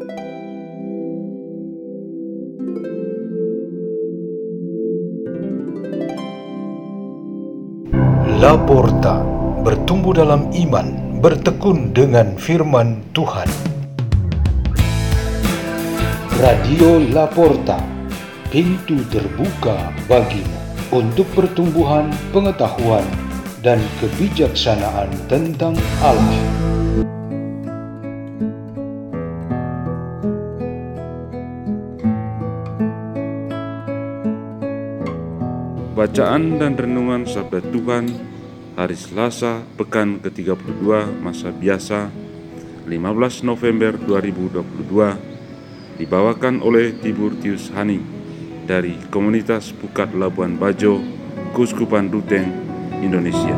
Laporta, bertumbuh dalam iman, bertekun dengan firman Tuhan. Radio Laporta, pintu terbuka bagimu untuk pertumbuhan pengetahuan dan kebijaksanaan tentang Allah. Bacaan dan renungan Sabda Tuhan hari Selasa, pekan ke-32 masa biasa, 15 November 2022, dibawakan oleh Tiburtius Haning dari Komunitas Pukat Labuan Bajo, Keuskupan Ruteng, Indonesia.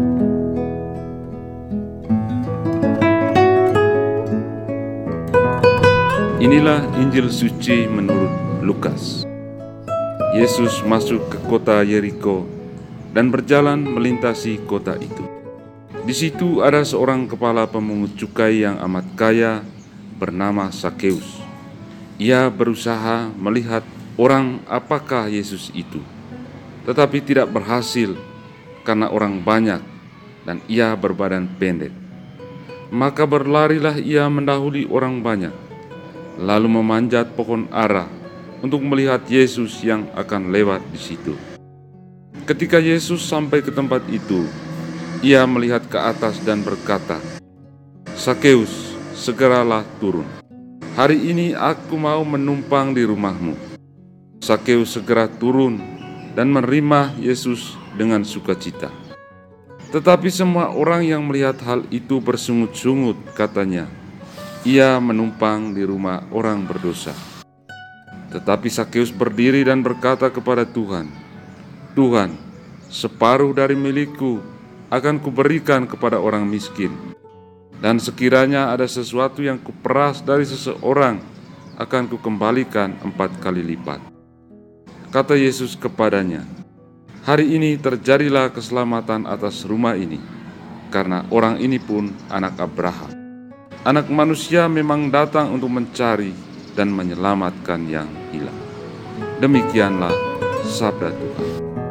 Inilah Injil suci menurut Lukas. Yesus masuk ke kota Yeriko dan berjalan melintasi kota itu. Di situ ada seorang kepala pemungut cukai yang amat kaya bernama Sakeus. Ia berusaha melihat orang apakah Yesus itu, tetapi tidak berhasil karena orang banyak dan ia berbadan pendek. Maka berlarilah ia mendahului orang banyak, lalu memanjat pohon ara untuk melihat Yesus yang akan lewat di situ. Ketika Yesus sampai ke tempat itu, ia melihat ke atas dan berkata, "Sakeus, segeralah turun. Hari ini aku mau menumpang di rumahmu." Sakeus segera turun dan menerima Yesus dengan sukacita. Tetapi semua orang yang melihat hal itu bersungut-sungut, katanya, "Ia menumpang di rumah orang berdosa." Tetapi Sakeus berdiri dan berkata kepada Tuhan, "Tuhan, separuh dari milikku akan kuberikan kepada orang miskin. Dan sekiranya ada sesuatu yang kuperas dari seseorang, akan kukembalikan 4 kali lipat." Kata Yesus kepadanya, "Hari ini terjadilah keselamatan atas rumah ini, karena orang ini pun anak Abraham. Anak manusia memang datang untuk mencari dan menyelamatkan yang hilang." Demikianlah sabda Tuhan.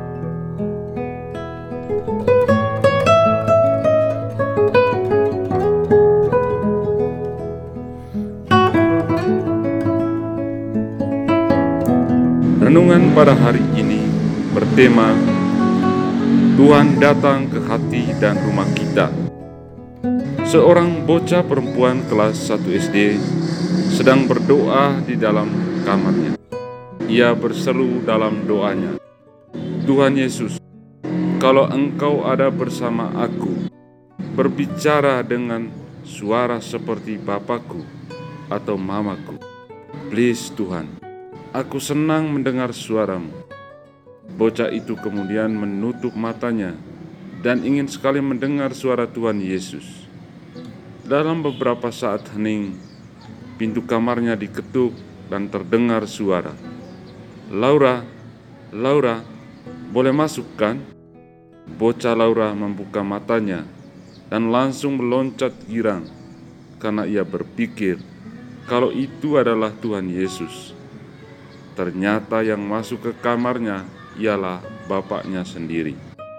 Renungan pada hari ini bertema Tuhan datang ke hati dan rumah kita. Seorang bocah perempuan kelas 1 SD sedang berdoa di dalam kamarnya. Ia berseru dalam doanya, "Tuhan Yesus, kalau Engkau ada bersama aku, berbicara dengan suara seperti Bapakku atau Mamaku. Please Tuhan, aku senang mendengar suaramu." Bocah itu kemudian menutup matanya dan ingin sekali mendengar suara Tuhan Yesus. Dalam beberapa saat hening, pintu kamarnya diketuk dan terdengar suara, "Laura, Laura, boleh masuk kan?" Bocah Laura membuka matanya dan langsung meloncat girang karena ia berpikir kalau itu adalah Tuhan Yesus. Ternyata yang masuk ke kamarnya ialah bapaknya sendiri.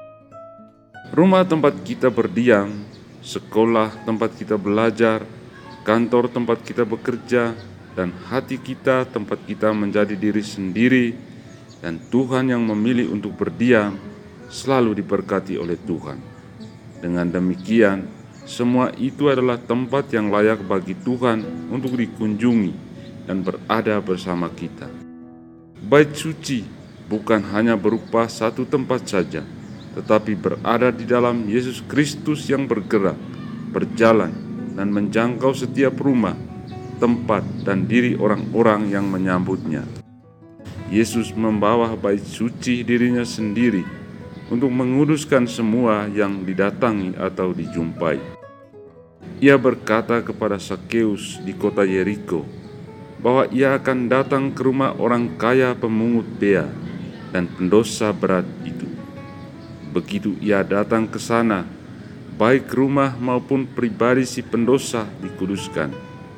Rumah tempat kita berdiam, sekolah tempat kita belajar, kantor tempat kita bekerja, dan hati kita tempat kita menjadi diri sendiri, dan Tuhan yang memilih untuk berdiam selalu diberkati oleh Tuhan. Dengan demikian, semua itu adalah tempat yang layak bagi Tuhan untuk dikunjungi dan berada bersama kita. Bait suci bukan hanya berupa satu tempat saja, tetapi berada di dalam Yesus Kristus yang bergerak, berjalan, dan menjangkau setiap rumah, tempat, dan diri orang-orang yang menyambutnya. Yesus membawa bait suci dirinya sendiri untuk menguduskan semua yang didatangi atau dijumpai. Ia berkata kepada Sakeus di kota Yeriko bahwa ia akan datang ke rumah orang kaya pemungut bea dan pendosa berat itu. Begitu ia datang ke sana, baik rumah maupun pribadi si pendosa dikuduskan.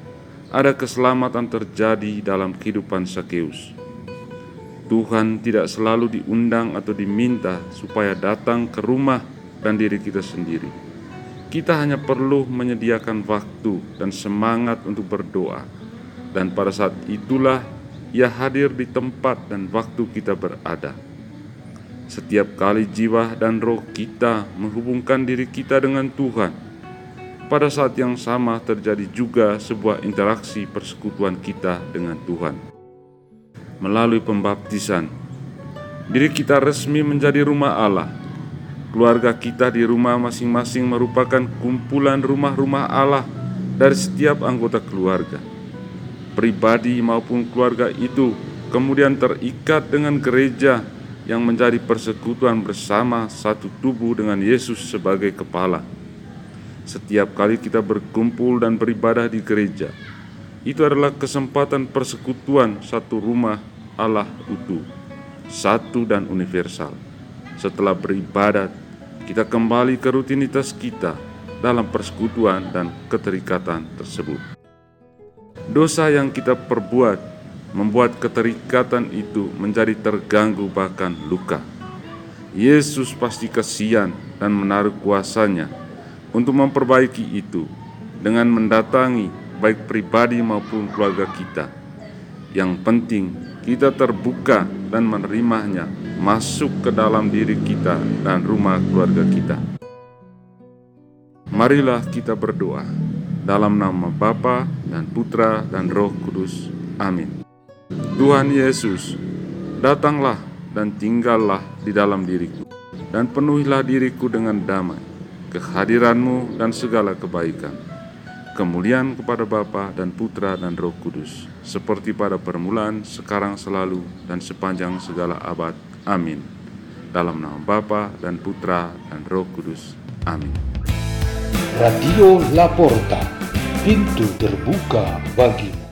ada keselamatan terjadi dalam kehidupan Zakeus. Tuhan tidak selalu diundang atau diminta supaya datang ke rumah dan diri kita sendiri. Kita hanya perlu menyediakan waktu dan semangat untuk berdoa, dan pada saat itulah Ia hadir di tempat dan waktu kita berada. Setiap kali jiwa dan roh kita menghubungkan diri kita dengan Tuhan, pada saat yang sama terjadi juga sebuah interaksi persekutuan kita dengan Tuhan. Melalui pembaptisan, diri kita resmi menjadi rumah Allah. Keluarga kita di rumah masing-masing merupakan kumpulan rumah-rumah Allah dari setiap anggota keluarga. Pribadi maupun keluarga itu kemudian terikat dengan gereja yang menjadi persekutuan bersama satu tubuh dengan Yesus sebagai kepala. Setiap kali kita berkumpul dan beribadah di gereja, itu adalah kesempatan persekutuan satu rumah Allah utuh, satu dan universal. Setelah beribadat, kita kembali ke rutinitas kita dalam persekutuan dan keterikatan tersebut. Dosa yang kita perbuat membuat keterikatan itu menjadi terganggu bahkan luka. Yesus pasti kasihan dan menaruh kuasanya untuk memperbaiki itu dengan mendatangi baik pribadi maupun keluarga kita. Yang penting kita terbuka dan menerimanya masuk ke dalam diri kita dan rumah keluarga kita. Marilah kita berdoa dalam nama Bapa dan Putra dan Roh Kudus. Amin. Tuhan Yesus, datanglah dan tinggallah di dalam diriku, dan penuhilah diriku dengan damai, kehadiran-Mu dan segala kebaikan. Kemuliaan kepada Bapa dan Putra dan Roh Kudus, seperti pada permulaan, sekarang, selalu, dan sepanjang segala abad. Amin. Dalam nama Bapa dan Putra dan Roh Kudus. Amin. Radio La Porta, pintu terbuka bagimu.